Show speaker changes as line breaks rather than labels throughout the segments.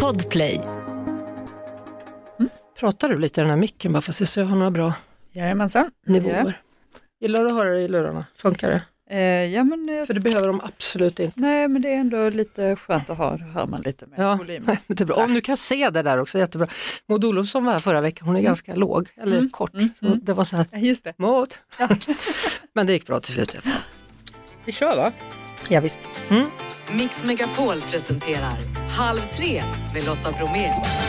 Podplay.
Pratar du lite i den här micken bara för att se så jag har några bra nivåer? Gillar du att höra det i lurarna? Funkar det? För det behöver de absolut inte.
Nej, men det är ändå lite skönt att hör man lite mer volymen.
Det är bra. Om du kan se det där också, jättebra. Maud Olofsson var här förra veckan, hon är ganska låg, eller kort. Så det var så här,
just det.
Maud. Ja. Men det gick bra till slut. Vi kör va?
Ja, visst.
Mix Megapol presenterar Halv 3 med Lotta Bromé.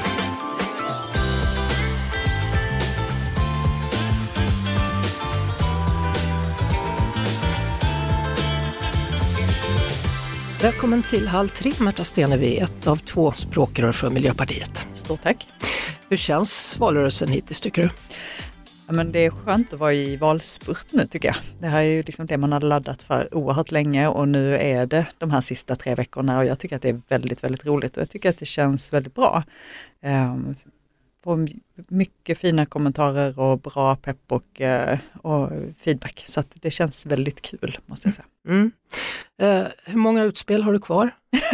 Välkommen till Halv 3, Märta Stenevi, ett av 2 språkrör för Miljöpartiet.
Stort tack.
Hur känns valrörelsen hittills tycker du?
Ja, men det är skönt att vara i valspurt nu tycker jag. Det här är ju liksom det man har laddat för oerhört länge och nu är det de här sista 3 veckorna och jag tycker att det är väldigt, väldigt roligt och jag tycker att det känns väldigt bra. Får mycket fina kommentarer och bra pepp och feedback så att det känns väldigt kul måste jag säga.
Hur många utspel har du kvar?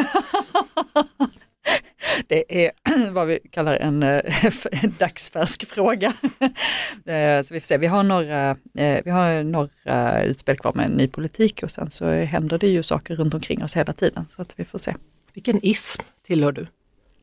Det är vad vi kallar en dagsfärsk fråga. Så vi får se. Vi har några utspel kvar med ny politik och sen så händer det ju saker runt omkring oss hela tiden så att vi får se.
Vilken ism tillhör du?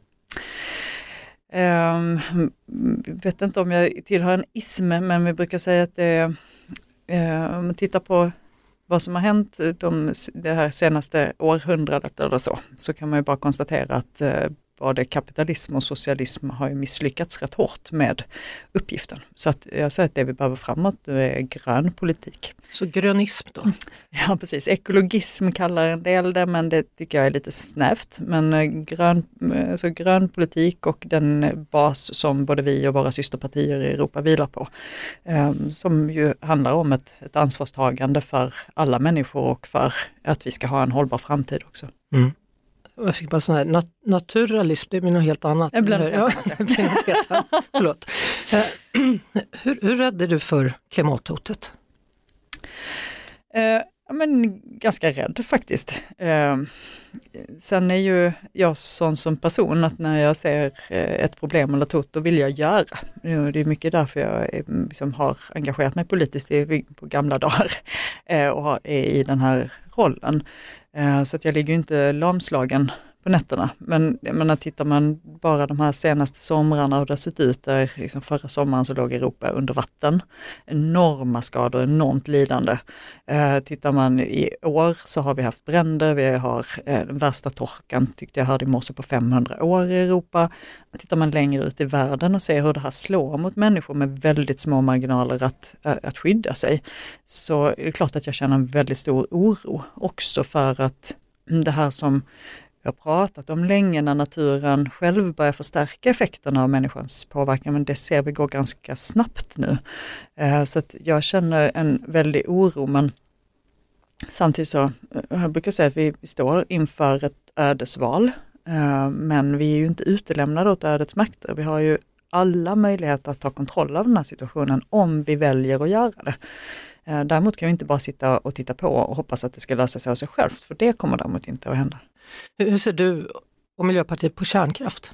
Vet inte om jag tillhör en ism men vi brukar säga att det om man tittar på vad som har hänt det här senaste århundradet eller så kan man ju bara konstatera att både kapitalism och socialism har ju misslyckats rätt hårt med uppgiften. Så att jag säger att det vi behöver framåt nu är grön politik.
Så grönism då?
Ja precis, ekologism kallar en del det men det tycker jag är lite snävt. Men grön politik och den bas som både vi och våra systerpartier i Europa vilar på. Som ju handlar om ett ansvarstagande för alla människor och för att vi ska ha en hållbar framtid också.
Jag fick bara sån här naturalism, det blir något helt annat. Förlåt. Hur rädd är du för klimathotet?
Men ganska rädd faktiskt. Sen är ju jag sån som person att när jag ser ett problem eller ett hot då vill jag göra. Det är mycket därför jag liksom har engagerat mig politiskt på gamla dagar och är i den här rollen. Så att jag ligger ju inte lamslagen på nätterna. Men när tittar man bara de här senaste somrarna och det har sett ut där liksom förra sommaren så låg Europa under vatten. Enorma skador, enormt lidande. Tittar man i år så har vi haft bränder, vi har den värsta torkan tyckte jag hörde i morse på 500 år i Europa. Tittar man längre ut i världen och ser hur det här slår mot människor med väldigt små marginaler att skydda sig så är det klart att jag känner en väldigt stor oro också för att det här som vi har pratat om länge när naturen själv börjar förstärka effekterna av människans påverkan men det ser vi gå ganska snabbt nu. Så att jag känner en väldig oro men samtidigt så jag brukar säga att vi står inför ett ödesval men vi är ju inte utelämnade åt ödets makter. Vi har ju alla möjligheter att ta kontroll av den här situationen om vi väljer att göra det. Däremot kan vi inte bara sitta och titta på och hoppas att det ska lösa sig av sig självt för det kommer däremot inte att hända.
Hur ser du och Miljöpartiet på kärnkraft?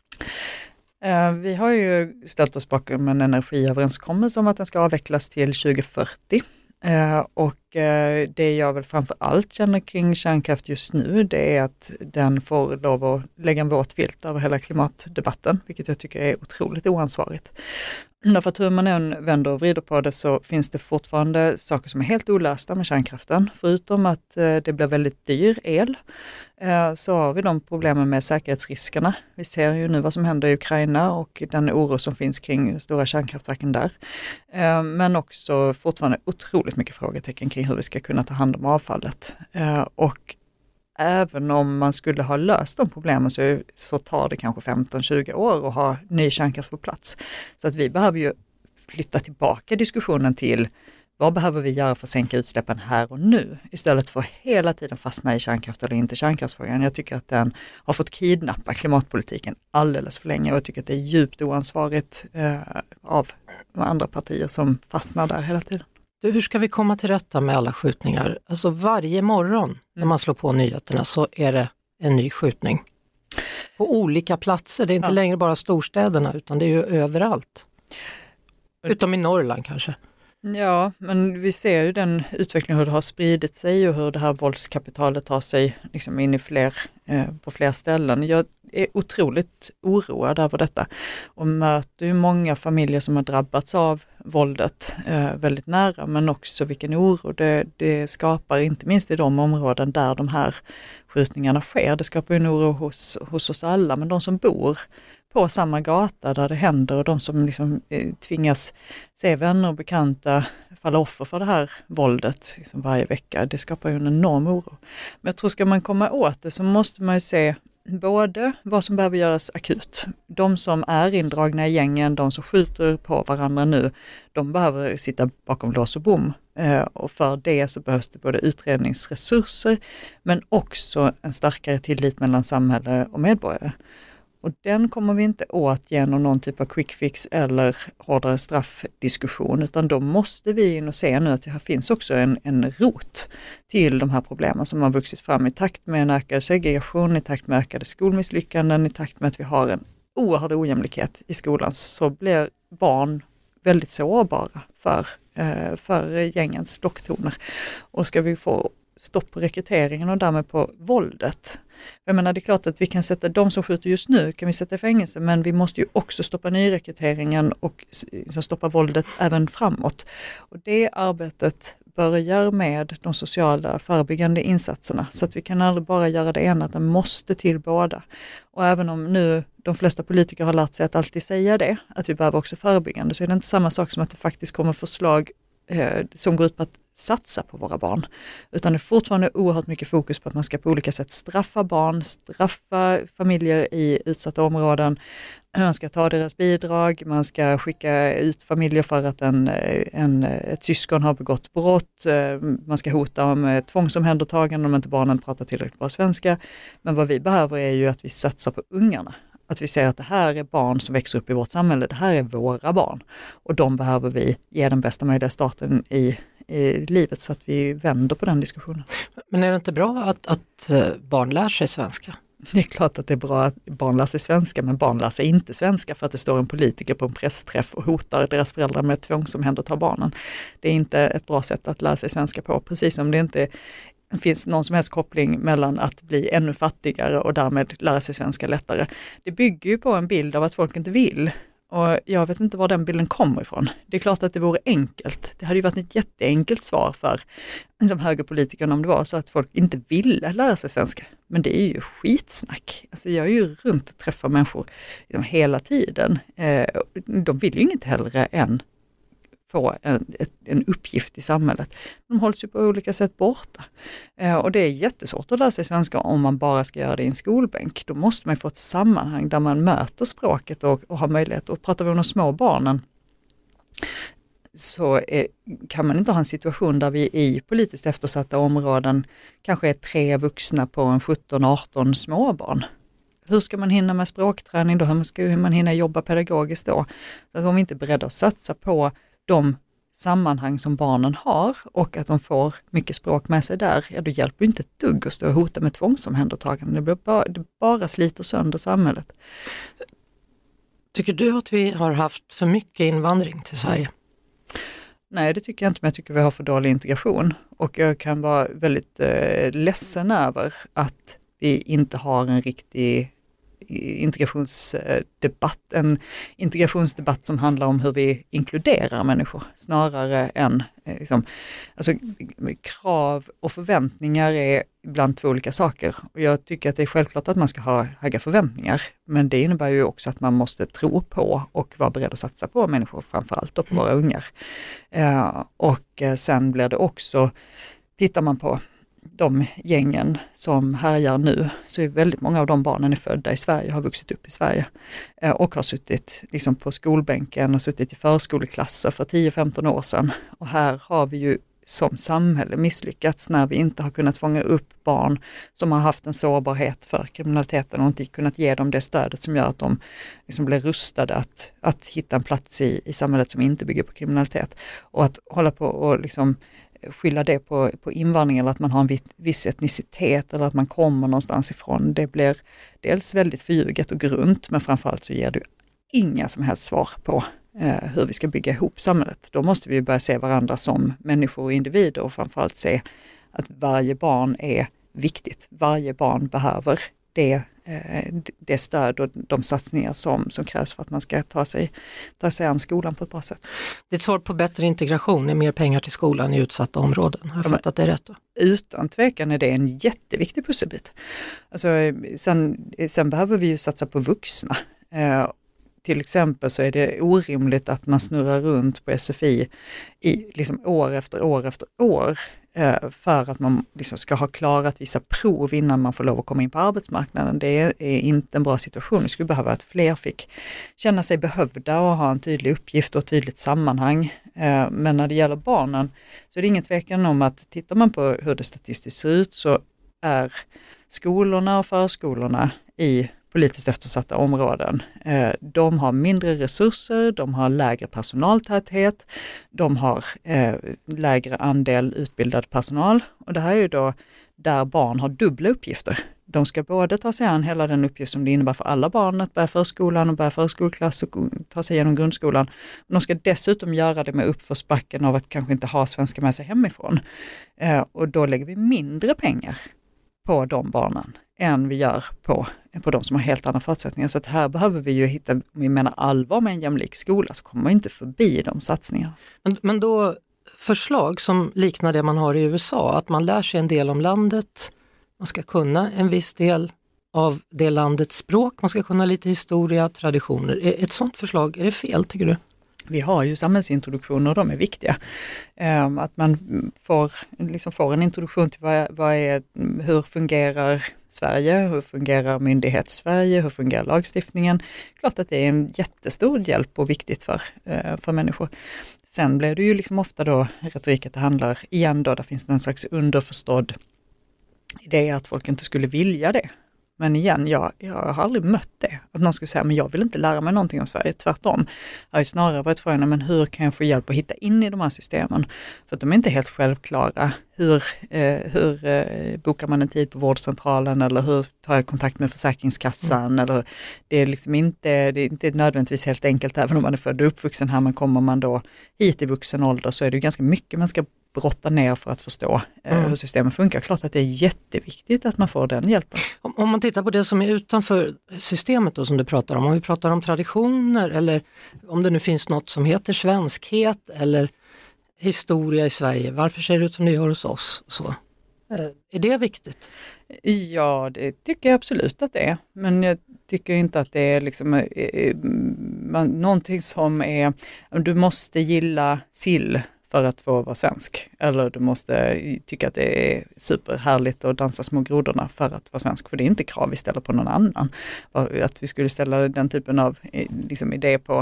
Vi har ju ställt oss bakom en energiöverenskommelse om att den ska avvecklas till 2040. Och det jag väl framför allt känner kring kärnkraft just nu det är att den får lov att lägga en våt filt över hela klimatdebatten, vilket jag tycker är otroligt oansvarigt. Därför att hur man än vänder och vrider på det så finns det fortfarande saker som är helt olösta med kärnkraften. Förutom att det blir väldigt dyr el så har vi de problemen med säkerhetsriskerna. Vi ser ju nu vad som händer i Ukraina och den oro som finns kring stora kärnkraftverken där. Men också fortfarande otroligt mycket frågetecken kring hur vi ska kunna ta hand om avfallet. Och även om man skulle ha löst de problemen så tar det kanske 15-20 år att ha ny kärnkraft på plats. Så att vi behöver ju flytta tillbaka diskussionen till vad behöver vi göra för att sänka utsläppen här och nu istället för att hela tiden fastna i kärnkraft eller inte kärnkraftsfrågan. Jag tycker att den har fått kidnappa klimatpolitiken alldeles för länge och jag tycker att det är djupt oansvarigt av andra partier som fastnar där hela tiden.
Hur ska vi komma till rätta med alla skjutningar? Alltså varje morgon när man slår på nyheterna så är det en ny skjutning. På olika platser, det är inte längre bara storstäderna utan det är ju överallt. Utom i Norrland kanske.
Ja, men vi ser ju den utvecklingen hur det har spridit sig och hur det här våldskapitalet tar sig liksom in i på fler ställen. Jag är otroligt oroad över detta och möter ju många familjer som har drabbats av våldet väldigt nära, men också vilken oro det skapar, inte minst i de områden där de här skjutningarna sker. Det skapar en oro hos oss alla, men de som bor på samma gata där det händer och de som liksom tvingas se vänner och bekanta falla offer för det här våldet liksom varje vecka, det skapar ju en enorm oro. Men jag tror ska man komma åt det så måste man ju se både vad som behöver göras akut. De som är indragna i gängen, de som skjuter på varandra nu, de behöver sitta bakom lås och bom. Och för det så behövs det både utredningsresurser men också en starkare tillit mellan samhälle och medborgare. Och den kommer vi inte åt genom någon typ av quick fix eller hårdare straffdiskussion, utan då måste vi in och se nu att det här finns också en rot till de här problemen som har vuxit fram i takt med en ökad segregation, i takt med ökade skolmisslyckanden, i takt med att vi har en oerhörd ojämlikhet i skolan, så blir barn väldigt sårbara för gängens locktoner. Och ska vi få stopp på rekryteringen och därmed på våldet. Jag menar, det är klart att vi kan sätta de som skjuter just nu kan vi sätta i fängelse, men vi måste ju också stoppa nyrekryteringen och stoppa våldet även framåt. Och det arbetet börjar med de sociala förebyggande insatserna, så att vi kan aldrig bara göra det ena, att det måste till båda. Och även om nu de flesta politiker har lärt sig att alltid säga det, att vi behöver också förebyggande, så är det inte samma sak som att det faktiskt kommer förslag som går ut på att satsa på våra barn. Utan det är fortfarande oerhört mycket fokus på att man ska på olika sätt straffa barn, straffa familjer i utsatta områden. Man ska ta deras bidrag, man ska skicka ut familjer för att ett syskon har begått brott. Man ska hota med tvångsomhändertagande om inte barnen pratar tillräckligt bra svenska. Men vad vi behöver är ju att vi satsar på ungarna. Att vi säger att det här är barn som växer upp i vårt samhälle, det här är våra barn. Och de behöver vi ge den bästa möjliga starten i livet, så att vi vänder på den diskussionen.
Men är det inte bra att barn lär sig svenska?
Det är klart att det är bra att barn lär sig svenska, men barn lär sig inte svenska för att det står en politiker på en pressträff och hotar deras föräldrar med tvångsomhänderta barnen. Det är inte ett bra sätt att lära sig svenska på, precis som det inte finns någon som helst koppling mellan att bli ännu fattigare och därmed lära sig svenska lättare. Det bygger ju på en bild av att folk inte vill. Och jag vet inte var den bilden kommer ifrån. Det är klart att det vore enkelt. Det hade ju varit ett jätteenkelt svar för som högerpolitikerna om det var så att folk inte ville lära sig svenska. Men det är ju skitsnack. Alltså jag är ju runt och träffar människor liksom hela tiden. De vill ju inget hellre än få en uppgift i samhället. De hålls ju på olika sätt borta. Och det är jättesvårt att lära sig svenska om man bara ska göra det i en skolbänk. Då måste man få ett sammanhang där man möter språket och har möjlighet. Och pratar vi om de små barnen så kan man inte ha en situation där vi i politiskt eftersatta områden kanske är 3 vuxna på en 17-18 småbarn. Hur ska man hinna med språkträning då? Hur ska man hinna jobba pedagogiskt då? Så om vi inte är beredda att satsa på de sammanhang som barnen har och att de får mycket språk med sig där, ja då hjälper inte ett dugg att stå och hota med tvångsomhändertagande. Det bara sliter sönder samhället.
Tycker du att vi har haft för mycket invandring till Sverige?
Nej, det tycker jag inte, men jag tycker vi har för dålig integration. Och jag kan vara väldigt ledsen över att vi inte har en riktig integrationsdebatt som handlar om hur vi inkluderar människor snarare än krav och förväntningar är ibland 2 olika saker. Och jag tycker att det är självklart att man ska ha höga förväntningar, men det innebär ju också att man måste tro på och vara beredd att satsa på människor, framförallt då på våra ungar. Och sen blir det också, tittar man på de gängen som härjar nu, så är väldigt många av de barnen är födda i Sverige, har vuxit upp i Sverige och har suttit liksom på skolbänken och suttit i förskoleklasser för 10-15 år sedan. Och här har vi ju som samhälle misslyckats när vi inte har kunnat fånga upp barn som har haft en sårbarhet för kriminaliteten och inte kunnat ge dem det stödet som gör att de liksom blir rustade att hitta en plats i samhället som inte bygger på kriminalitet. Och att hålla på och liksom skylla det på invandring eller att man har en viss etnicitet eller att man kommer någonstans ifrån. Det blir dels väldigt förljuget och grunt, men framförallt så ger du inga som helst svar på hur vi ska bygga ihop samhället. Då måste vi börja se varandra som människor och individer och framförallt se att varje barn är viktigt. Varje barn behöver det stöd och de satsningar som krävs för att man ska ta sig an skolan på ett bra sätt.
Ditt svar på bättre integration är mer pengar till skolan i utsatta områden. Har jag fattat det rätt då?
Utan tvekan är det en jätteviktig pusselbit. Alltså, sen behöver vi ju satsa på vuxna. Till exempel så är det orimligt att man snurrar runt på SFI i liksom år efter år för att man liksom ska ha klarat vissa prov innan man får lov att komma in på arbetsmarknaden. Det är inte en bra situation. Vi skulle behöva att fler fick känna sig behövda och ha en tydlig uppgift och ett tydligt sammanhang. Men när det gäller barnen så är det ingen tvekan om att tittar man på hur det statistiskt ser ut så är skolorna och förskolorna i politiskt eftersatta områden. De har mindre resurser, de har lägre personaltäthet, de har lägre andel utbildad personal och det här är ju då där barn har dubbla uppgifter. De ska både ta sig an hela den uppgift som det innebär för alla barn att börja förskolan och börja förskolklass och ta sig igenom grundskolan. Men de ska dessutom göra det med uppförsbacken av att kanske inte ha svenska med sig hemifrån. Och då lägger vi mindre pengar på de barnen än vi gör på de som har helt andra förutsättningar. Så att här behöver vi ju hitta, om vi menar allvar med en jämlik skola så kommer man inte förbi de satsningarna.
Men då förslag som liknar det man har i USA, att man lär sig en del om landet, man ska kunna en viss del av det landets språk, man ska kunna lite historia, traditioner. Är ett sådant förslag, är det fel tycker du?
Vi har ju samhällsintroduktioner och de är viktiga. Att man får en introduktion till hur fungerar Sverige, hur fungerar myndighets-Sverige, hur fungerar lagstiftningen. Klart att det är en jättestor hjälp och viktigt för människor. Sen blir det ju liksom ofta då retorik att det handlar igen då, där finns det en slags underförstådd idé att folk inte skulle vilja det. Men igen, jag har aldrig mött det. Att någon skulle säga, men jag vill inte lära mig någonting om Sverige. Tvärtom. Jag har ju snarare varit frågan, men hur kan jag få hjälp att hitta in i de här systemen? För att de är inte helt självklara. Hur bokar man en tid på vårdcentralen? Eller hur tar jag kontakt med Försäkringskassan? Eller, det är inte nödvändigtvis helt enkelt, även om man är född och uppvuxen här. Men kommer man då hit i vuxen ålder så är det ju ganska mycket man ska brotta ner för att förstå hur systemet funkar. Klart att det är jätteviktigt att man får den hjälpen.
Om man tittar på det som är utanför systemet då, som du pratar om vi pratar om traditioner eller om det nu finns något som heter svenskhet eller historia i Sverige, varför ser det ut som det gör hos oss? Så? Är det viktigt?
Ja, det tycker jag absolut att det är. Men jag tycker inte att det är liksom, någonting som är, du måste gilla sill för att få vara svensk. Eller du måste tycka att det är superhärligt att dansa små grodorna för att vara svensk. För det är inte krav vi ställer på någon annan. Att vi skulle ställa den typen av liksom, idé på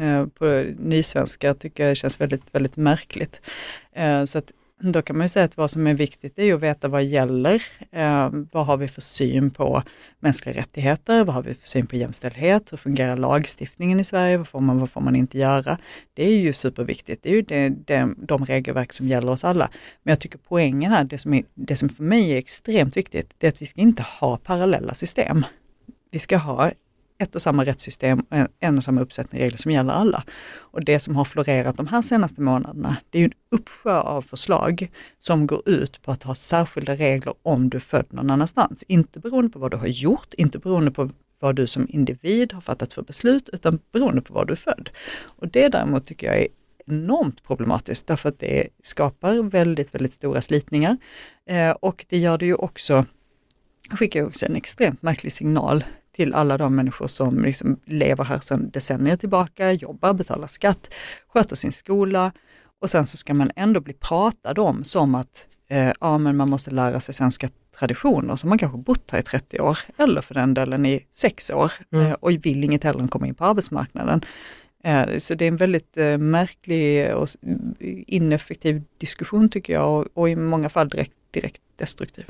nysvenska tycker jag känns väldigt, väldigt märkligt. Så att då kan man ju säga att vad som är viktigt är ju att veta vad gäller. Vad har vi för syn på mänskliga rättigheter? Vad har vi för syn på jämställdhet? Hur fungerar lagstiftningen i Sverige? Vad får man inte göra? Det är ju superviktigt. Det är ju de regelverk som gäller oss alla. Men jag tycker poängen här, det som för mig är extremt viktigt, det är att vi ska inte ha parallella system. Vi ska ha ett och samma rättssystem och en och samma uppsättning regler som gäller alla. Och det som har florerat de här senaste månaderna, det är ju en uppsjö av förslag som går ut på att ha särskilda regler om du är född någon annanstans. Inte beroende på vad du har gjort, inte beroende på vad du som individ har fattat för beslut, utan beroende på var du är född. Och det däremot tycker jag är enormt problematiskt därför att det skapar väldigt, väldigt stora slitningar. Och det gör det ju också, skickar ju också en extremt märklig signal till alla de människor som liksom lever här sedan decennier tillbaka, jobbar, betalar skatt, sköter sin skola och sen så ska man ändå bli pratad om som att men man måste lära sig svenska traditioner som man kanske bott här i 30 år eller för den delen i 6 år och vill inget hellre än komma in på arbetsmarknaden. Så det är en väldigt märklig och ineffektiv diskussion tycker jag och i många fall direkt destruktiv.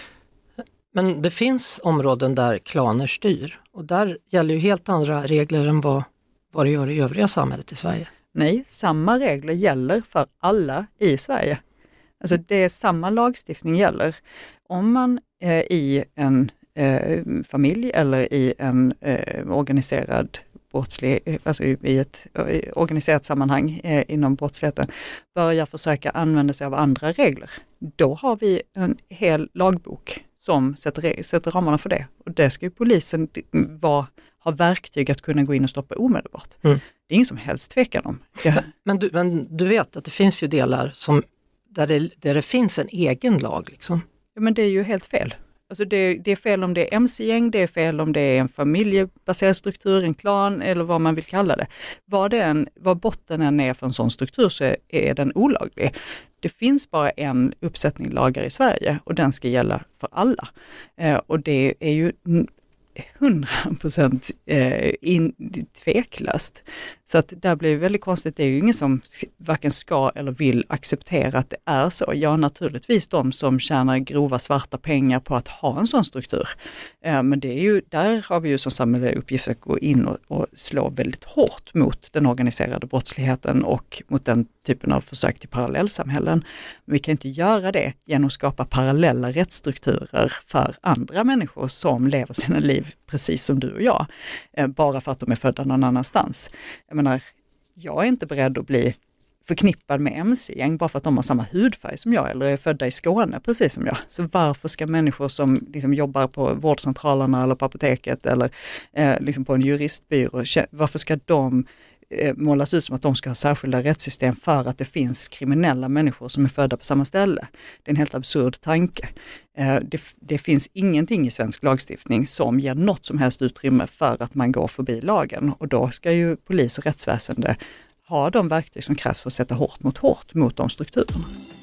Men det finns områden där klaner styr och där gäller ju helt andra regler än vad det gör i övriga samhället i Sverige.
Nej, samma regler gäller för alla i Sverige. Alltså det är samma lagstiftning gäller. Om man i en familj eller i en organiserad brottslig, alltså i ett organiserat sammanhang inom brottsligheten börjar försöka använda sig av andra regler, då har vi en hel lagbok som sätter ramarna för det. Och det ska ju polisen ha verktyg att kunna gå in och stoppa omedelbart. Det är ingen som helst tvekan om.
Men du vet att det finns ju delar där det finns en egen lag liksom.
Ja, men det är ju helt fel. Alltså det är fel om det är MC-gäng, det är fel om det är en familjebaserad struktur, en klan eller vad man vill kalla det. Vad botten än är för en sån struktur så är den olaglig. Det finns bara en uppsättning lagar i Sverige och den ska gälla för alla. Och det är ju 100% tveklöst. Så att där blir det väldigt konstigt. Det är ju ingen som varken ska eller vill acceptera att det är så. Ja, naturligtvis de som tjänar grova svarta pengar på att ha en sån struktur. Men det är ju, där har vi ju som samhälle uppgift att gå in och slå väldigt hårt mot den organiserade brottsligheten och mot den typen av försök till parallellsamhällen. Men vi kan inte göra det genom att skapa parallella rättsstrukturer för andra människor som lever sina liv precis som du och jag, bara för att de är födda någon annanstans. Jag menar, jag är inte beredd att bli förknippad med MC-gäng bara för att de har samma hudfärg som jag eller är födda i Skåne precis som jag. Så varför ska människor som liksom jobbar på vårdcentralerna eller på apoteket eller liksom på en juristbyrå, varför ska de målas ut som att de ska ha särskilda rättssystem för att det finns kriminella människor som är födda på samma ställe? Det är en helt absurd tanke. Det finns ingenting i svensk lagstiftning som ger något som helst utrymme för att man går förbi lagen, och då ska ju polis och rättsväsende ha de verktyg som krävs för att sätta hårt mot de strukturerna.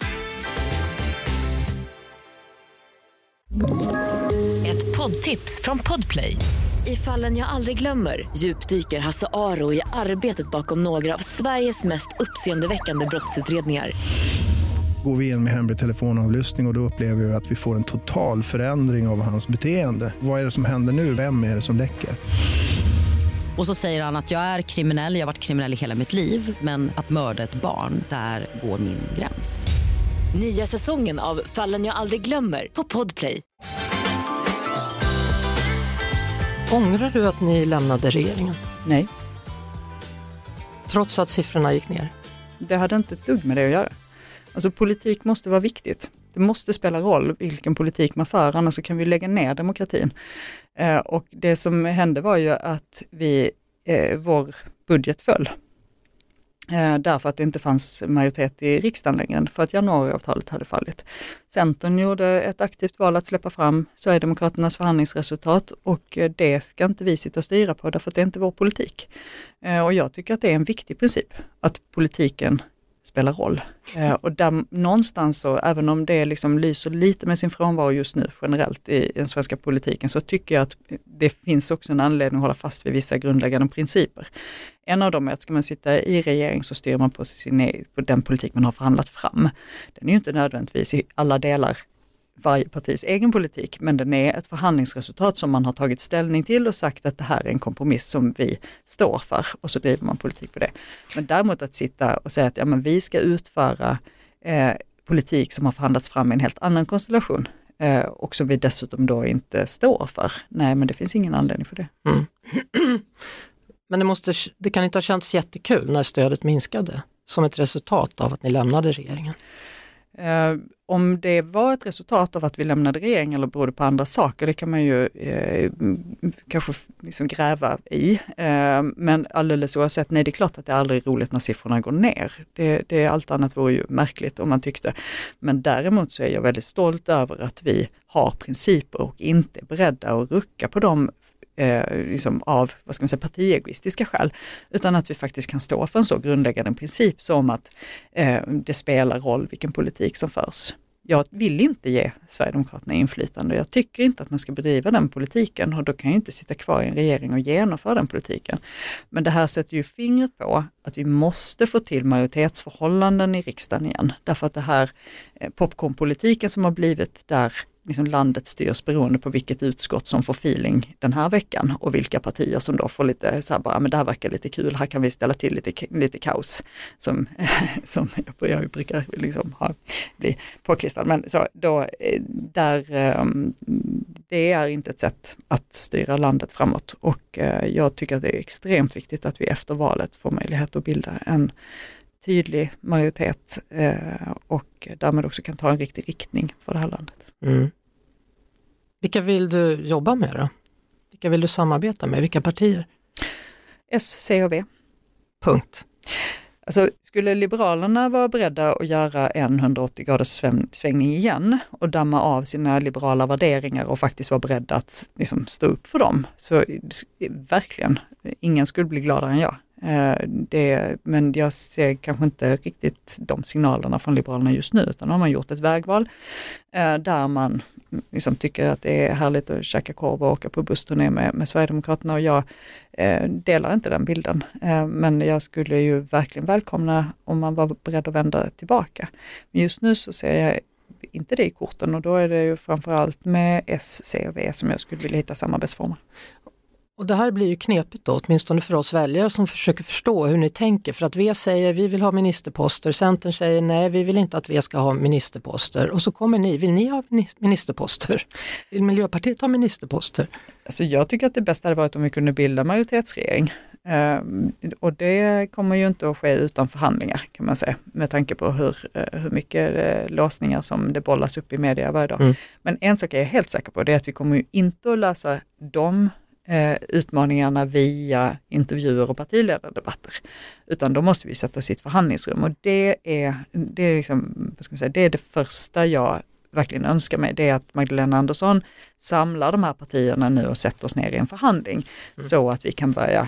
Ett poddtips från Podplay. I Fallen jag aldrig glömmer djupdyker Hasse Aro i arbetet bakom några av Sveriges mest uppseendeväckande brottsutredningar.
Går vi in med hemlig telefonavlyssning och då upplever vi att vi får en total förändring av hans beteende. Vad är det som händer nu? Vem är det som läcker?
Och så säger han att jag är kriminell, jag har varit kriminell i hela mitt liv, men att mörda ett barn, där går min gräns.
Nya säsongen av Fallen jag aldrig glömmer på Podplay.
Ångrar du att ni lämnade regeringen?
Nej.
Trots att siffrorna gick ner?
Det hade inte ett dugg med det att göra. Alltså politik måste vara viktigt. Det måste spela roll vilken politik man för, annars så kan vi lägga ner demokratin. Och det som hände var ju att vår budget föll. Därför att det inte fanns majoritet i riksdagen längre, för att januariavtalet hade fallit. Centern gjorde ett aktivt val att släppa fram Sverigedemokraternas förhandlingsresultat, och det ska inte vi sitta och styra på, därför att det är inte vår politik. Och jag tycker att det är en viktig princip, att politiken spelar roll. Och där någonstans så, även om det liksom lyser lite med sin frånvaro just nu generellt i den svenska politiken, så tycker jag att det finns också en anledning att hålla fast vid vissa grundläggande principer. En av dem är att ska man sitta i regering så styr man på den politik man har förhandlat fram. Den är ju inte nödvändigtvis i alla delar varje partis egen politik, men den är ett förhandlingsresultat som man har tagit ställning till och sagt att det här är en kompromiss som vi står för, och så driver man politik på det. Men däremot att sitta och säga att ja, men vi ska utföra politik som har förhandlats fram i en helt annan konstellation och som vi dessutom då inte står för. Nej, men det finns ingen anledning för det.
Mm. Men det kan inte ha känts jättekul när stödet minskade som ett resultat av att ni lämnade regeringen?
Om det var ett resultat av att vi lämnade regeringen eller berodde på andra saker, det kan man ju kanske liksom gräva i. Men alldeles oavsett, nej, det är klart att det är aldrig roligt när siffrorna går ner. Det allt annat vore ju märkligt om man tyckte. Men däremot så är jag väldigt stolt över att vi har principer och inte är beredda att rucka på dem liksom av, vad ska man säga, partiegoistiska skäl, utan att vi faktiskt kan stå för en så grundläggande princip som att det spelar roll vilken politik som förs. Jag vill inte ge Sverigedemokraterna inflytande. Jag tycker inte att man ska bedriva den politiken, och då kan jag inte sitta kvar i en regering och genomföra den politiken. Men det här sätter ju fingret på att vi måste få till majoritetsförhållanden i riksdagen igen. Därför att det här popcornpolitiken som har blivit där liksom landet styrs beroende på vilket utskott som får feeling den här veckan och vilka partier som då får lite så här bara, men det här verkar lite kul, här kan vi ställa till lite kaos som jag brukar liksom bli påklistrad. Men så då, det är inte ett sätt att styra landet framåt, och jag tycker att det är extremt viktigt att vi efter valet får möjlighet att bilda en tydlig majoritet och därmed också kan ta en riktig riktning för det här landet.
Mm. Vilka vill du jobba med då? Vilka vill du samarbeta med? Vilka partier?
S, C och V.
Punkt.
Alltså, skulle Liberalerna vara beredda att göra en 180 graders svängning igen och damma av sina liberala värderingar och faktiskt vara beredda att liksom stå upp för dem, så verkligen, ingen skulle bli gladare än jag. Men jag ser kanske inte riktigt de signalerna från Liberalerna just nu, utan har man gjort ett vägval där man liksom tycker att det är härligt att käka korv och åka på bussturné med Sverigedemokraterna, och jag delar inte den bilden. Men jag skulle ju verkligen välkomna om man var beredd att vända tillbaka. Men just nu så ser jag inte det i korten, och då är det ju framförallt med S, C och V som jag skulle vilja hitta samarbetsformer.
Och det här blir ju knepigt då, åtminstone för oss väljare som försöker förstå hur ni tänker. För att V säger vi vill ha ministerposter, Centern säger nej, vi vill inte att V ska ha ministerposter. Och så kommer ni, vill ni ha ministerposter? Vill Miljöpartiet ha ministerposter?
Alltså jag tycker att det bästa hade varit om vi kunde bilda majoritetsregering. Och det kommer ju inte att ske utan förhandlingar, kan man säga, med tanke på hur mycket låsningar som det bollas upp i media varje dag. Mm. Men en sak är jag helt säker på, det är att vi kommer ju inte att lösa de utmaningarna via intervjuer och partiledardebatter, utan då måste vi sätta oss i ett förhandlingsrum, och det är liksom, vad ska man säga, det är det första jag verkligen önskar mig, det är att Magdalena Andersson samlar de här partierna nu och sätter oss ner i en förhandling så att vi kan börja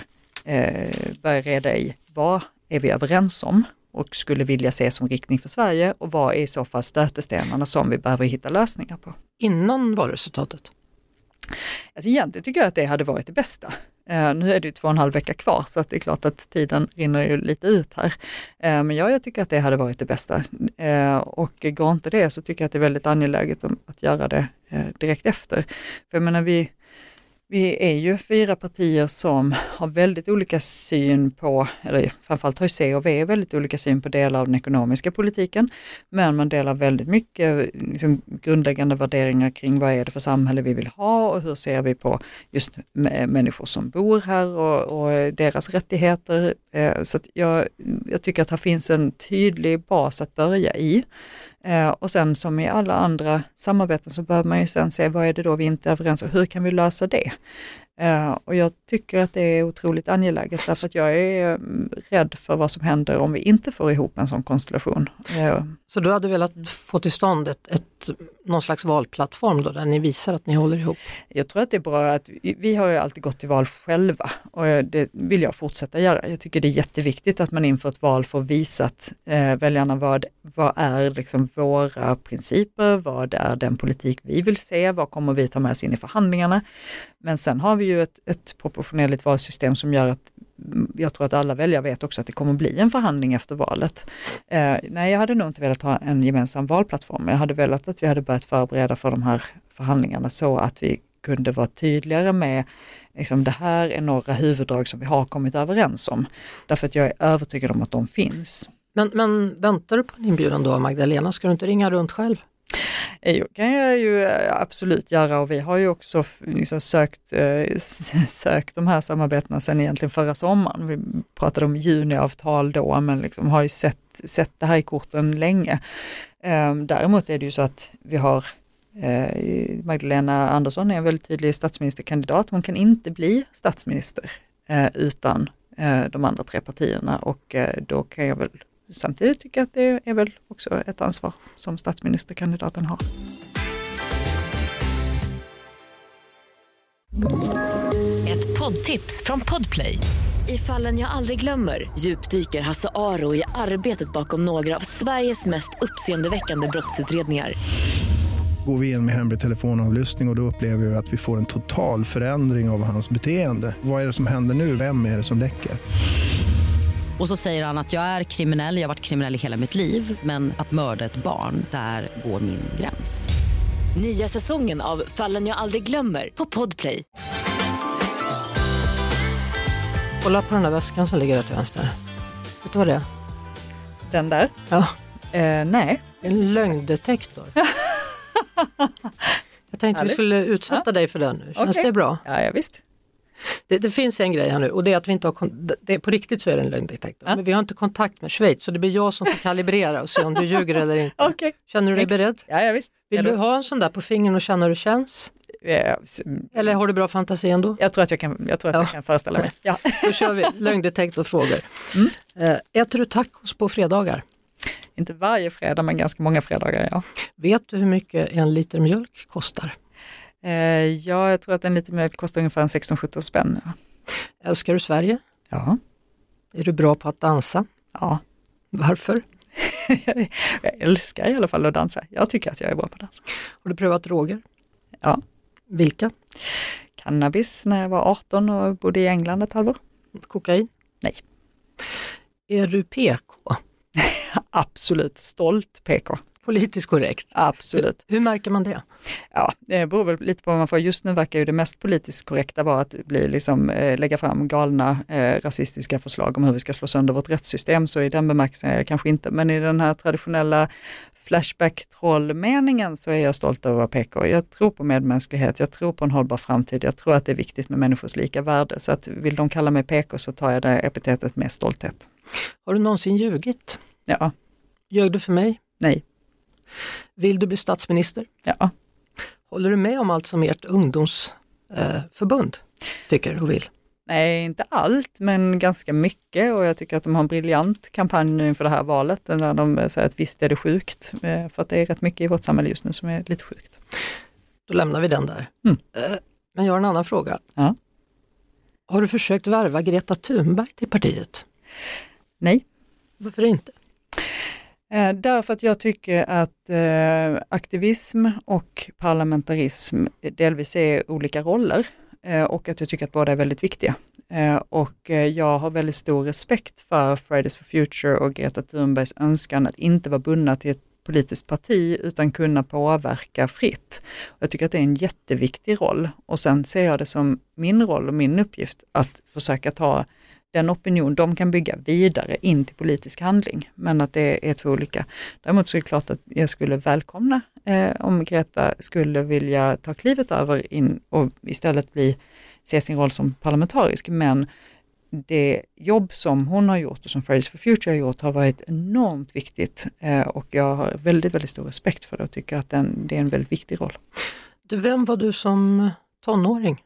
reda i vad är vi överens om och skulle vilja se som riktning för Sverige, och vad är i så fall stötestenarna som vi behöver hitta lösningar på. Innan
valresultatet?
Alltså egentligen tycker jag att det hade varit det bästa. Nu är det ju 2,5 veckor kvar, så att det är klart att tiden rinner ju lite ut här. Men jag tycker att det hade varit det bästa. Och går inte det, så tycker jag att det är väldigt angeläget att göra det direkt efter. För jag menar, vi är ju 4 partier som har väldigt olika syn på, eller framförallt har C och V väldigt olika syn på delar av den ekonomiska politiken, men man delar väldigt mycket liksom grundläggande värderingar kring vad är det för samhälle vi vill ha och hur ser vi på just människor som bor här och deras rättigheter. Så att jag tycker att här finns en tydlig bas att börja i. Och sen som i alla andra samarbeten så behöver man ju sen se vad är det då vi inte är överens om, hur kan vi lösa det? Och jag tycker att det är otroligt angeläget, därför att jag är rädd för vad som händer om vi inte får ihop en sån konstellation.
Så du hade velat få till stånd någon slags valplattform då, där ni visar att ni håller ihop?
Jag tror att det är bra att vi har ju alltid gått till val själva, och det vill jag fortsätta göra. Jag tycker det är jätteviktigt att man inför ett val får visat väljarna vad är liksom våra principer, vad är den politik vi vill se, vad kommer vi ta med oss in i förhandlingarna. Men sen har vi ju ett proportionellt valsystem som gör att jag tror att alla väljare vet också att det kommer bli en förhandling efter valet. Nej, jag hade nog inte velat ha en gemensam valplattform. Jag hade velat att vi hade börjat förbereda för de här förhandlingarna så att vi kunde vara tydligare med liksom, det här är några huvuddrag som vi har kommit överens om. Därför att jag är övertygad om att de finns.
Men väntar du på en inbjudan då, Magdalena? Ska du inte ringa runt själv?
Jo, kan jag ju absolut göra, och vi har ju också liksom sökt de här samarbetena sedan egentligen förra sommaren. Vi pratade om juniavtal då, men liksom har ju sett det här i korten länge. Däremot är det ju så att vi har Magdalena Andersson är en väldigt tydlig statsministerkandidat. Hon kan inte bli statsminister utan de andra 3 partierna, och då kan jag väl samtidigt tycka att det är väl också ett ansvar som statsministerkandidaten har.
Ett poddtips från Podplay. I Fallen jag aldrig glömmer djupdyker Hasse Aro i arbetet bakom några av Sveriges mest uppseendeväckande brottsutredningar.
Går vi in med hemlig telefonavlyssning och då upplever vi att vi får en total förändring av hans beteende. Vad är det som händer nu? Vem är det som läcker?
Och så säger han att jag är kriminell, jag har varit kriminell i hela mitt liv, men att mörda ett barn, där går min gräns.
Nya säsongen av Fallen jag aldrig glömmer på Podplay.
Kolla på den där väskan som ligger där till vänster. Vet du vad det är?
Den där?
Ja.
Nej.
En lögndetektor. Jag tänkte vi skulle utsätta dig för den nu. Känns det bra?
Ja, visst.
Det finns en grej här nu och det är att vi inte har på riktigt så är det en lögndetektor. Men vi har inte kontakt med Schweiz så det blir jag som får kalibrera och se om du ljuger eller inte.
Okay.
Känner du dig beredd?
Ja, visst.
Vill du ha en sån där på fingren och känna hur det känns? Eller har du bra fantasi ändå?
Jag tror att jag kan föreställa mig. Ja.
Då kör vi lögndetektorfrågor. Äter du tacos på fredagar?
Inte varje fredag men ganska många fredagar, ja.
Vet du hur mycket en liter mjölk kostar?
Ja, jag tror att en liter mjölk kostar ungefär 16-17 spänn. Ja.
Älskar du Sverige?
Ja.
Är du bra på att dansa?
Ja.
Varför?
Jag älskar i alla fall att dansa. Jag tycker att jag är bra på att dansa.
Har du prövat droger?
Ja.
Vilka?
Cannabis när jag var 18 och bodde i England ett halvår.
Kokain?
Nej.
Är du PK?
Absolut, stolt PK.
Politiskt korrekt?
Absolut.
Hur märker man det?
Ja, det beror väl lite på vad man får. Just nu verkar ju det mest politiskt korrekta vara att lägga fram galna rasistiska förslag om hur vi ska slå sönder vårt rättssystem. Så i den bemärkelsen är jag kanske inte. Men i den här traditionella flashback-trollmeningen så är jag stolt över att vara PK. Jag tror på medmänsklighet, jag tror på en hållbar framtid. Jag tror att det är viktigt med människors lika värde. Så att vill de kalla mig PK så tar jag det epitetet med stolthet.
Har du någonsin ljugit?
Ja.
Ljög du för mig?
Nej.
Vill du bli statsminister?
Ja.
Håller du med om allt som ert ungdomsförbund tycker och vill?
Nej, inte allt, men ganska mycket och jag tycker att de har en briljant kampanj nu inför det här valet där de säger att visst är det sjukt, för att det är rätt mycket i vårt samhälle just nu som är lite sjukt.
Då lämnar vi den där. Men jag har en annan fråga.
Ja.
Har du försökt värva Greta Thunberg till partiet?
Nej.
Varför inte?
Därför att jag tycker att aktivism och parlamentarism delvis är olika roller och att jag tycker att båda är väldigt viktiga. Och jag har väldigt stor respekt för Fridays for Future och Greta Thunbergs önskan att inte vara bundna till ett politiskt parti utan kunna påverka fritt. Och jag tycker att det är en jätteviktig roll och sen ser jag det som min roll och min uppgift att försöka ta den opinion de kan bygga vidare in till politisk handling, men att det är två olika. Däremot så är det klart att jag skulle välkomna om Greta skulle vilja ta klivet över in och istället se sin roll som parlamentarisk, men det jobb som hon har gjort och som Fridays for Future har gjort har varit enormt viktigt och jag har väldigt, väldigt stor respekt för det och tycker att det är en väldigt viktig roll.
Vem var du som tonåring?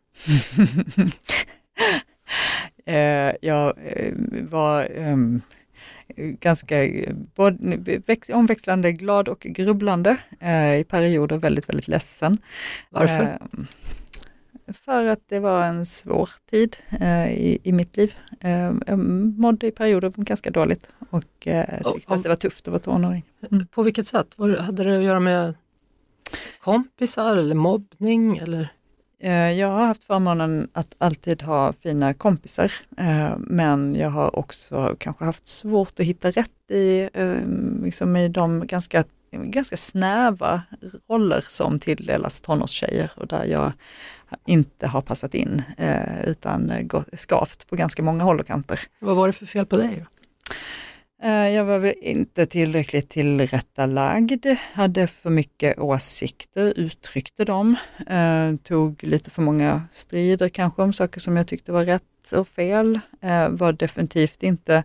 Jag var ganska omväxlande glad och grubblande, i perioder väldigt, väldigt ledsen.
Varför?
För att det var en svår tid i mitt liv. Jag mådde i perioder ganska dåligt och tyckte att det var tufft att vara tonåring.
På vilket sätt? Hade det att göra med kompisar eller mobbning eller?
Jag har haft förmånen att alltid ha fina kompisar, men jag har också kanske haft svårt att hitta rätt i de ganska snäva roller som tilldelas tonårstjejer och där jag inte har passat in utan skavt på ganska många håll och kanter.
Vad var det för fel på dig då?
Jag var väl inte tillräckligt tillrättalagd, hade för mycket åsikter, uttryckte dem, tog lite för många strider kanske om saker som jag tyckte var rätt och fel, var definitivt inte,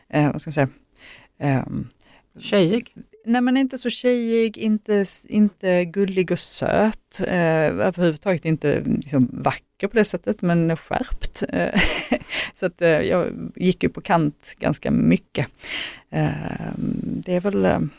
tjejig?
Nej, men inte så tjejig, inte gullig och söt, överhuvudtaget inte liksom vacker på det sättet, men skärpt. Så att jag gick ju på kant ganska mycket. Det är väl,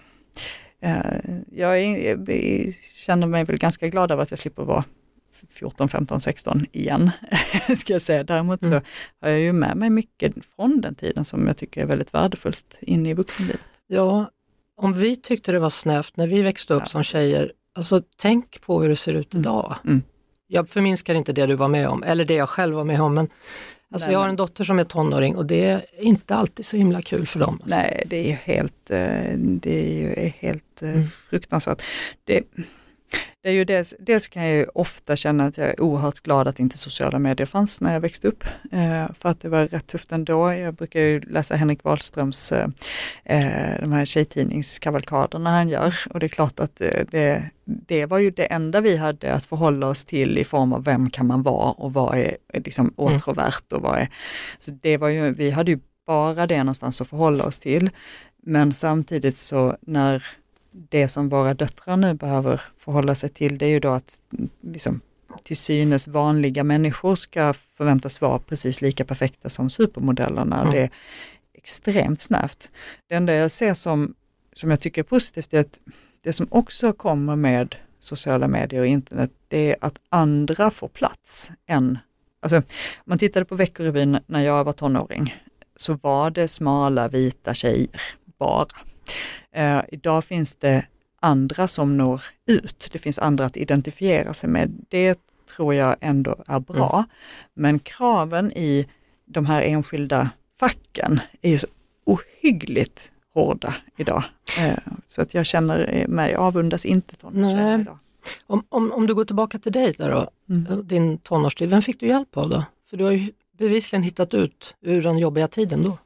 jag känner mig väl ganska glad över att jag slipper vara 14, 15, 16 igen, ska jag säga. Däremot så har jag ju med mig mycket från den tiden som jag tycker är väldigt värdefullt in i vuxenlivet.
Ja, om vi tyckte det var snävt när vi växte upp som tjejer, alltså tänk på hur det ser ut idag. Jag förminskar inte det du var med om, eller det jag själv var med om, men alltså jag har en dotter som är tonåring och det är inte alltid så himla kul för dem. Alltså.
Nej, det är helt fruktansvärt. Det är ju dels kan jag ju ofta känna att jag är oerhört glad att inte sociala medier fanns när jag växte upp. För att det var rätt tufft ändå. Jag brukar ju läsa Henrik Wahlströms de här tjejtidningskavalkaderna han gör. Och det är klart att det var ju det enda vi hade att förhålla oss till i form av vem kan man vara och vad är liksom åtråvärt och vad är... Så det var ju, vi hade ju bara det någonstans att förhålla oss till. Men samtidigt så när det som våra döttrar nu behöver förhålla sig till, det är ju då att liksom, till synes vanliga människor ska förväntas vara precis lika perfekta som supermodellerna. Det är extremt snävt. Det enda jag ser som jag tycker är positivt är att det som också kommer med sociala medier och internet, det är att andra får plats än... Alltså, om man tittade på Veckorevyn när jag var tonåring så var det smala vita tjejer bara. Idag finns det andra som når ut. Det finns andra att identifiera sig med. Det tror jag ändå är bra. Men kraven i de här enskilda facken är ju så ohyggligt hårda idag. Så att jag känner mig avundas inte tonårstjejer idag.
Om du går tillbaka till dig där då, din tonårstid, vem fick du hjälp av då? För du har ju bevisligen hittat ut ur den jobbiga tiden då.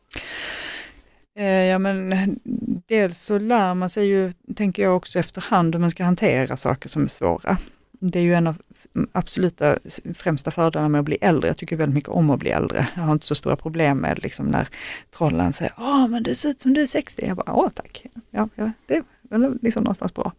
Ja, men dels så lär man sig ju, tänker jag också efterhand, hur man ska hantera saker som är svåra. Det är ju en av absoluta främsta fördelarna med att bli äldre. Jag tycker väldigt mycket om att bli äldre. Jag har inte så stora problem med liksom när trollen säger men det ser ut som du är 60. Jag bara, tack. Ja, det är väl liksom någonstans bra.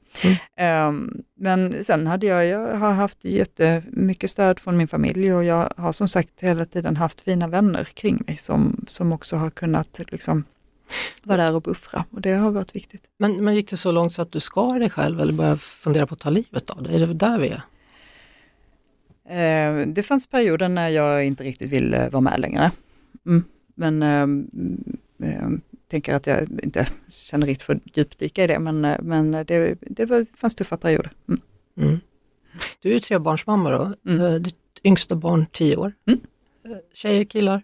Men sen jag har haft jättemycket stöd från min familj och jag har som sagt hela tiden haft fina vänner kring mig som också har kunnat liksom vara där och buffra, och det har varit viktigt.
Men gick det så långt så att du skar dig själv eller började fundera på att ta livet av det? Är det där vi är?
Det fanns perioder när jag inte riktigt ville vara med längre. Men tänker att jag inte känner riktigt för att djupdyka i det, men det fanns tuffa perioder.
Du är ju 3-barnsmamma då. Ditt yngsta barn 10 år. Tjejer, killar?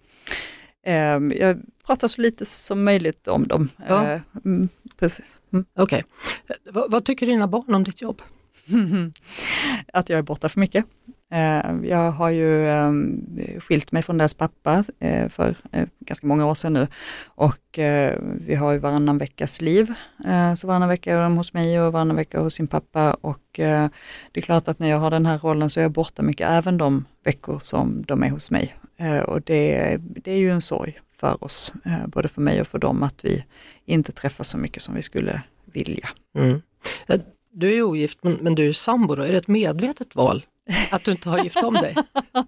Jag pratar så lite som möjligt om dem.
Ja.
Precis.
Okej. Vad tycker dina barn om ditt jobb?
Att jag är borta för mycket. Jag har ju skilt mig från deras pappa för ganska många år sedan nu. Och vi har ju varannan veckas liv. Så varannan vecka är de hos mig och varannan vecka hos sin pappa. Och det är klart att när jag har den här rollen så är jag borta mycket även de veckor som de är hos mig. Och det är ju en sorg för oss, både för mig och för dem, att vi inte träffas så mycket som vi skulle vilja.
Du är ogift, men du är sambo då. Är det ett medvetet val att du inte har gift om dig?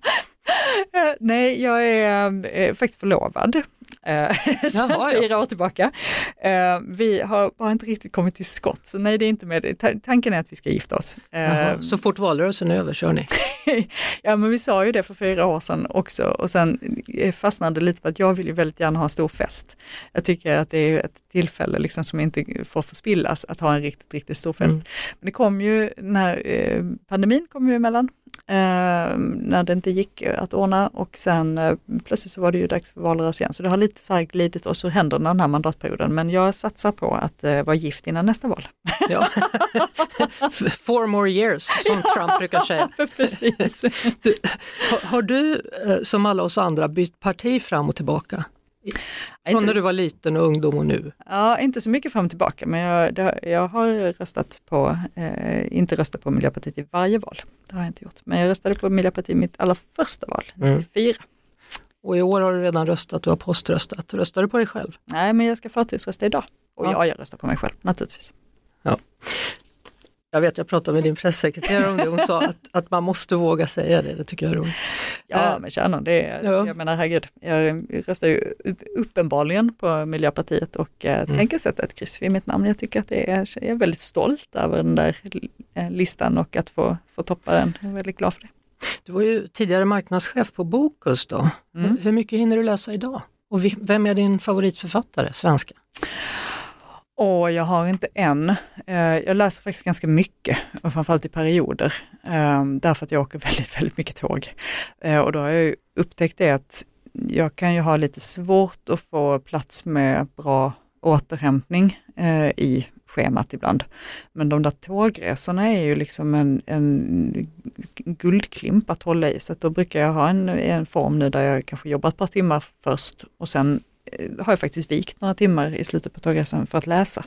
Nej, jag är faktiskt förlovad. Sen 4 år tillbaka. Vi har bara inte riktigt kommit till skott. Så nej, det är inte med. Tanken är att vi ska gifta oss.
Så fort valrörelsen är över, kör ni?
Ja, men vi sa ju det för 4 år sedan också. Och sen fastnade lite på att jag vill ju väldigt gärna ha en stor fest. Jag tycker att det är ett tillfälle liksom som inte får förspillas att ha en riktigt, riktigt stor fest. Men det kom ju, när pandemin kom ju emellan. När det inte gick att ordna, och sen plötsligt så var det ju dags för valrörelse igen. Så det har lite så här glidit oss ur händerna den här mandatperioden. Men jag satsar på att vara gift innan nästa val.
Ja. 4 more years, som Trump brukar säga.
Precis.
Har du, som alla oss andra, bytt parti fram och tillbaka? Från när du var liten och ungdom och nu? Ja,
inte så mycket fram och tillbaka, men jag har röstat på, inte röstat på Miljöpartiet i varje val. Det har jag inte gjort. Men jag röstade på Miljöpartiet i mitt allra första val, 94.
Och i år har du redan röstat, du har poströstat. Röstar du på dig själv?
Nej, men jag ska förtidsrösta idag. Och jag röstar på mig själv, naturligtvis.
Ja. Jag pratade med din pressekreterare om det. Hon sa att man måste våga säga det. Det tycker jag är roligt.
Ja, men kärnan, jag menar, herregud. Jag röstar ju uppenbarligen på Miljöpartiet och tänker sätta ett kryss vid mitt namn. Jag tycker att jag är väldigt stolt över den där listan och att få toppa den. Jag är väldigt glad för det.
Du var ju tidigare marknadschef på Bokus då. Hur mycket hinner du läsa idag? Och vem är din favoritförfattare, svenska?
Jag har inte än. Jag läser faktiskt ganska mycket, och framförallt i perioder. Därför att jag åker väldigt, väldigt mycket tåg. Och då har jag ju upptäckt det att jag kan ju ha lite svårt att få plats med bra återhämtning i schemat ibland. Men de där tågresorna är ju liksom en guldklimp att hålla i. Så att då brukar jag ha en form nu där jag kanske jobbar ett par timmar först och sen har jag faktiskt vikt några timmar i slutet på tågresan för att läsa.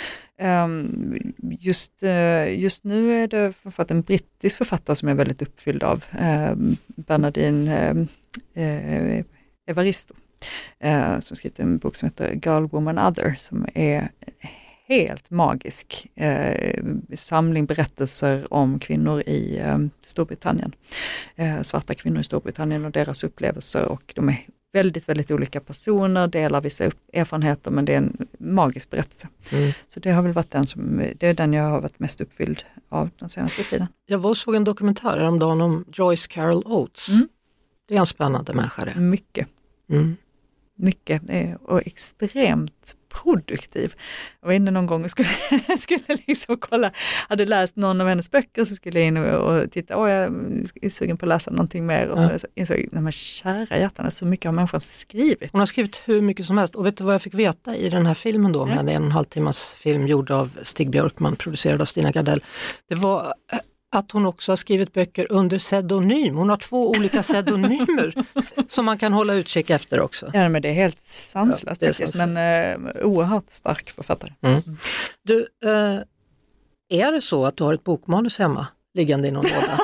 Just nu är det författaren en brittisk författare som jag är väldigt uppfylld av. Bernardine Evaristo. Som skrivit en bok som heter Girl, Woman, Other som är helt magisk samling berättelser om kvinnor i Storbritannien. Svarta kvinnor i Storbritannien och deras upplevelser, och de är väldigt, väldigt olika personer, delar vissa erfarenheter, men det är en magisk berättelse. Så det har väl varit det är den jag har varit mest uppfylld av den senaste tiden.
Jag var och såg en dokumentär häromdagen om Joyce Carol Oates. Det är en spännande människa det.
Mycket och extremt produktiv. Jag var inne någon gång och skulle liksom kolla, hade läst någon av hennes böcker, så skulle jag in och titta, jag är sugen på att läsa någonting mer, och så insåg jag, kära hjärtan, så mycket har människan skrivit.
Hon har skrivit hur mycket som helst, och vet du vad jag fick veta i den här filmen då, med en 1,5 timmars film gjord av Stig Björkman, producerad av Stina Gardell. Det var att hon också har skrivit böcker under pseudonym. Hon har 2 olika pseudonymer som man kan hålla utkik efter också.
Ja, men det är helt sanslöst faktiskt, men oerhört stark författare.
Du, är det så att du har ett bokmanus hemma liggande i någon låda?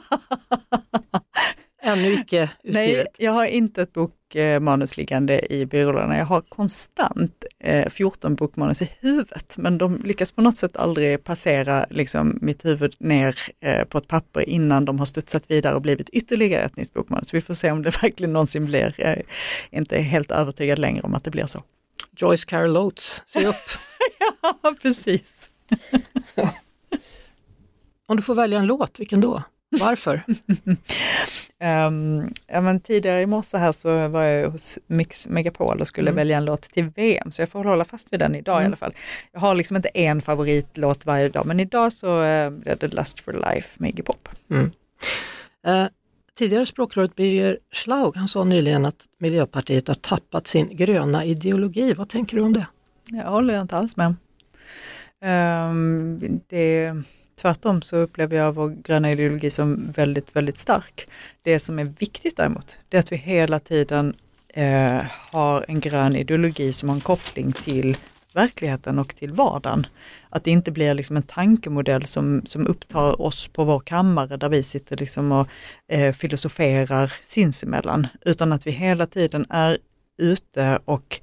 Ännu icke utgivet.
Nej, jag har inte ett bokmanus liggande i byrålådorna. Jag har konstant 14 bokmanus i huvudet, men de lyckas på något sätt aldrig passera liksom mitt huvud ner på ett papper innan de har studsat vidare och blivit ytterligare ett nytt bokmanus. Vi får se om det verkligen någonsin blir. Jag är inte helt övertygad längre om att det blir så.
Joyce Carol Oates, se upp.
Ja, precis.
Om du får välja en låt, vilken då? Varför?
Men tidigare i morse här så var jag hos Mix Megapol och skulle välja en låt till VM, så jag får hålla fast vid den idag i alla fall. Jag har liksom inte en favoritlåt varje dag, men idag så blev det Lust for Life med Iggy Pop.
Tidigare språkröret Birger Schlaug, han sa nyligen att Miljöpartiet har tappat sin gröna ideologi. Vad tänker du om det?
Jag håller inte alls med. Tvärtom så upplever jag vår gröna ideologi som väldigt, väldigt stark. Det som är viktigt däremot, det är att vi hela tiden har en grön ideologi som har en koppling till verkligheten och till vardagen. Att det inte blir liksom en tankemodell som upptar oss på vår kammare där vi sitter liksom och filosoferar sinsemellan, utan att vi hela tiden är ute och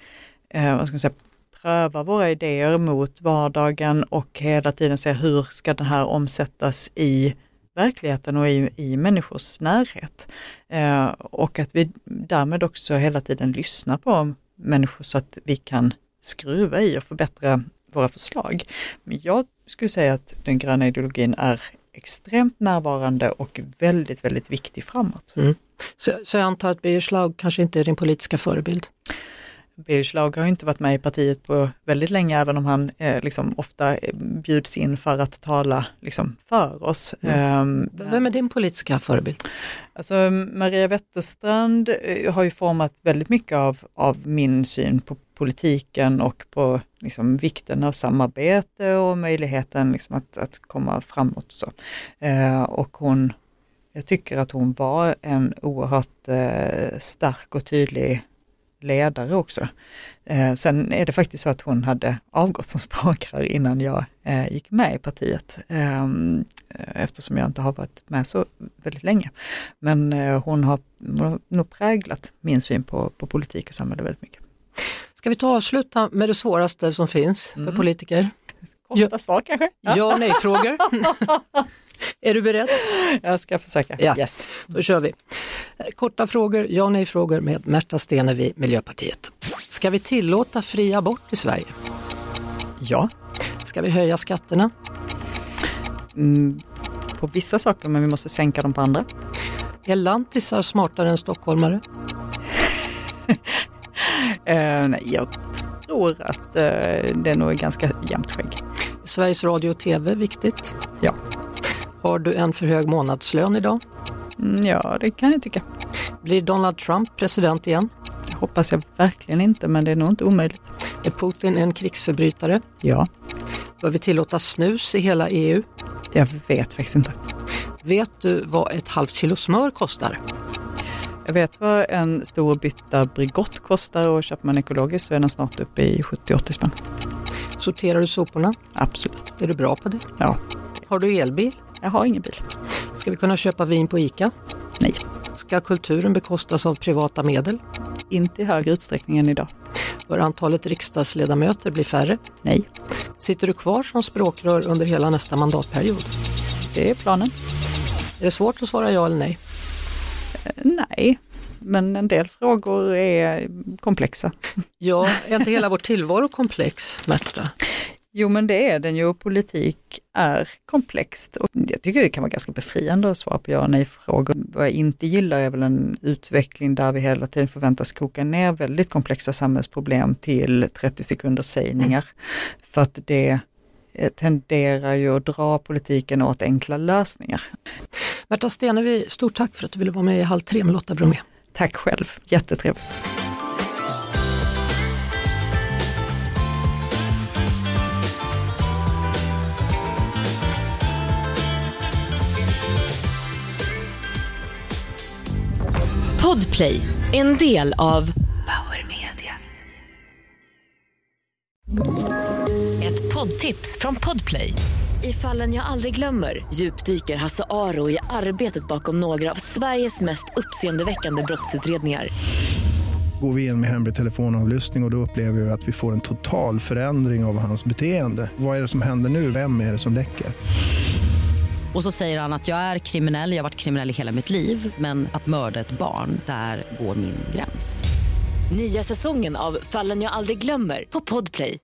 pröva våra idéer mot vardagen och hela tiden se hur ska den här omsättas i verkligheten och i människors närhet. Och att vi därmed också hela tiden lyssnar på människor så att vi kan skruva i och förbättra våra förslag. Men jag skulle säga att den gröna ideologin är extremt närvarande och väldigt, väldigt viktig framåt.
Så jag antar att Birger Schlaug kanske inte är din politiska förebild?
Birger Schlaug har inte varit med i partiet på väldigt länge, även om han liksom ofta bjuds in för att tala liksom för oss.
Vem är din politiska förebild?
Alltså Maria Wetterstrand har ju format väldigt mycket av min syn på politiken och på liksom vikten av samarbete och möjligheten liksom att komma framåt. Så. Och jag tycker att hon var en oerhört stark och tydlig ledare också. Sen är det faktiskt så att hon hade avgått som språkrör innan jag gick med i partiet. Eftersom jag inte har varit med så väldigt länge. Men hon har nog präglat min syn på politik och samhälle väldigt mycket.
Ska vi ta och avsluta med det svåraste som finns för politiker?
Korta svar kanske?
Ja, nej-frågor. Är du beredd?
Jag ska försöka.
Ja,
yes.
Då kör vi. Korta frågor, ja nej-frågor med Märta Stenevi, Miljöpartiet. Ska vi tillåta fri abort i Sverige?
Ja.
Ska vi höja skatterna?
På vissa saker, men vi måste sänka dem på andra.
Är lantisar smartare än stockholmare?
Nej, jag tror att det är nog ganska jämnt skägg.
Sveriges Radio och TV, viktigt?
Ja.
Har du en för hög månadslön idag?
Ja, det kan jag tycka.
Blir Donald Trump president igen?
Det hoppas jag verkligen inte, men det är nog inte omöjligt.
Är Putin en krigsförbrytare?
Ja.
Bör vi tillåta snus i hela EU?
Jag vet faktiskt inte.
Vet du vad ett halvt kilo smör kostar?
Jag vet vad en stor bytta Bregott kostar, och köper man ekologiskt så är den snart uppe i 70-80 spänn.
Sorterar du soporna?
Absolut.
Är du bra på det?
Ja.
Har du elbil?
Jag har ingen bil.
Ska vi kunna köpa vin på ICA?
Nej.
Ska kulturen bekostas av privata medel?
Inte i högre utsträckning än idag.
Bör antalet riksdagsledamöter bli färre?
Nej.
Sitter du kvar som språkrör under hela nästa mandatperiod?
Det är planen.
Är det svårt att svara ja eller nej?
Nej, men en del frågor är komplexa.
Ja, är inte hela vår tillvaro komplex, Märta?
Jo, men det är den ju, och politik är komplext. Och jag tycker det kan vara ganska befriande att svara på ja och nej-frågor. Vad jag inte gillar är väl en utveckling där vi hela tiden förväntas koka ner väldigt komplexa samhällsproblem till 30 sekunders sägningar. För att det tenderar ju att dra politiken åt enkla lösningar.
Märta Stenevi, stort tack för att du ville vara med i Halv 3 med Lotta Bromé.
Tack själv, jättetrevligt.
Podplay, en del av Power Media. Ett poddtips från Podplay. I Fallen jag aldrig glömmer djupdyker Hasse Aro i arbetet bakom några av Sveriges mest uppseendeväckande brottsutredningar.
Går vi in med hemlig telefonavlyssning och då upplever vi att vi får en total förändring av hans beteende. Vad är det som händer nu? Vem är det som läcker?
Och så säger han att jag är kriminell, jag har varit kriminell i hela mitt liv. Men att mörda ett barn, där går min gräns.
Nya säsongen av Fallen jag aldrig glömmer på Podplay.